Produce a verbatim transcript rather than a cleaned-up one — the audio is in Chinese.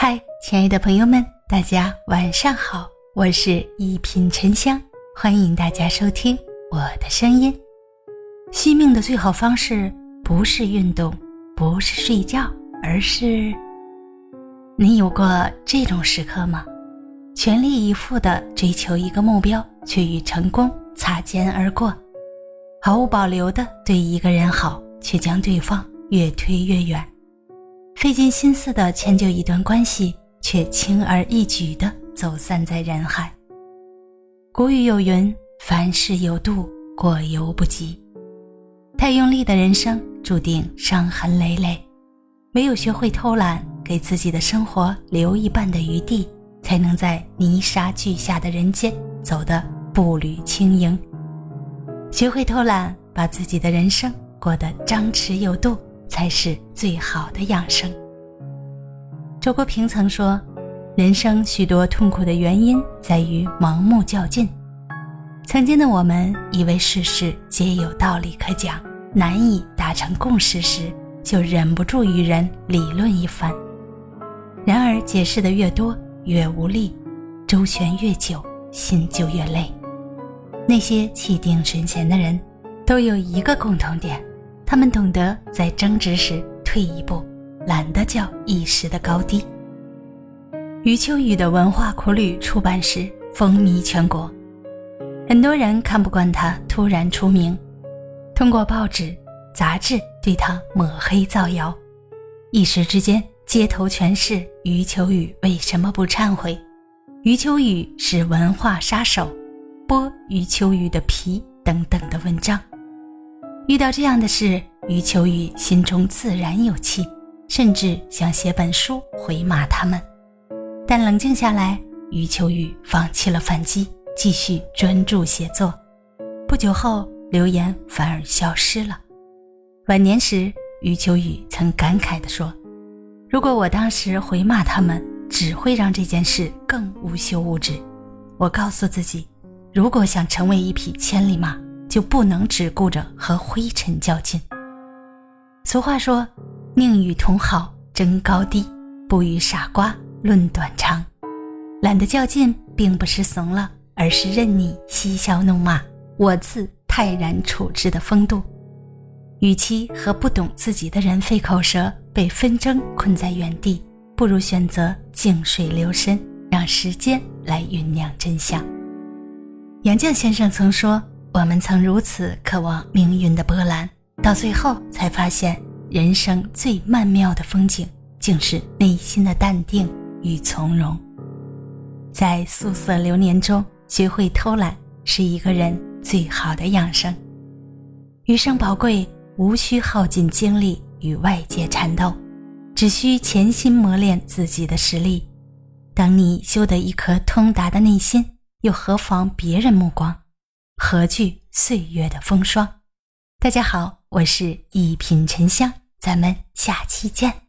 嗨，亲爱的朋友们，大家晚上好，我是一品沉香，欢迎大家收听我的声音。惜命的最好方式不是运动，不是睡觉，而是……你有过这种时刻吗？全力以赴地追求一个目标，却与成功擦肩而过，毫无保留地对一个人好，却将对方越推越远，费尽心思地迁就一段关系，却轻而易举地走散在人海。古语有云，凡事有度，过犹不及。太用力的人生注定伤痕累累，唯有学会偷懒，给自己的生活留一半的余地，才能在泥沙俱下的人间走得步履轻盈。学会偷懒，把自己的人生过得张弛有度，才是最好的养生。周国平曾说，人生许多痛苦的原因在于盲目较劲。曾经的我们以为事事皆有道理可讲，难以达成共识时，就忍不住与人理论一番。然而解释的越多越无力，周旋越久心就越累。那些气定神闲的人都有一个共同点，他们懂得在争执时退一步，懒得较一时的高低。余秋雨的文化苦旅出版时风靡全国，很多人看不惯他突然出名，通过报纸杂志对他抹黑造谣，一时之间街头全是余秋雨为什么不忏悔，余秋雨是文化杀手，剥余秋雨的皮等等的文章。遇到这样的事，余秋雨心中自然有气，甚至想写本书回骂他们。但冷静下来，余秋雨放弃了反击，继续专注写作。不久后，流言反而消失了。晚年时，余秋雨曾感慨地说，如果我当时回骂他们，只会让这件事更无休无止。我告诉自己，如果想成为一匹千里马，就不能只顾着和灰尘较劲。俗话说，宁与同好争高低，不与傻瓜论短长。懒得较劲并不是怂了，而是任你嬉笑怒骂，我自泰然处之的风度。与其和不懂自己的人费口舌，被纷争困在原地，不如选择静水流深，让时间来酝酿真相。杨绛先生曾说，我们曾如此渴望命运的波澜，到最后才发现，人生最曼妙的风景竟是内心的淡定与从容。在素色流年中，学会偷懒是一个人最好的养生。余生宝贵，无需耗尽精力与外界缠斗，只需潜心磨练自己的实力。当你修得一颗通达的内心，又何妨别人目光？何惧岁月的风霜？大家好，我是一品沉香，咱们下期见。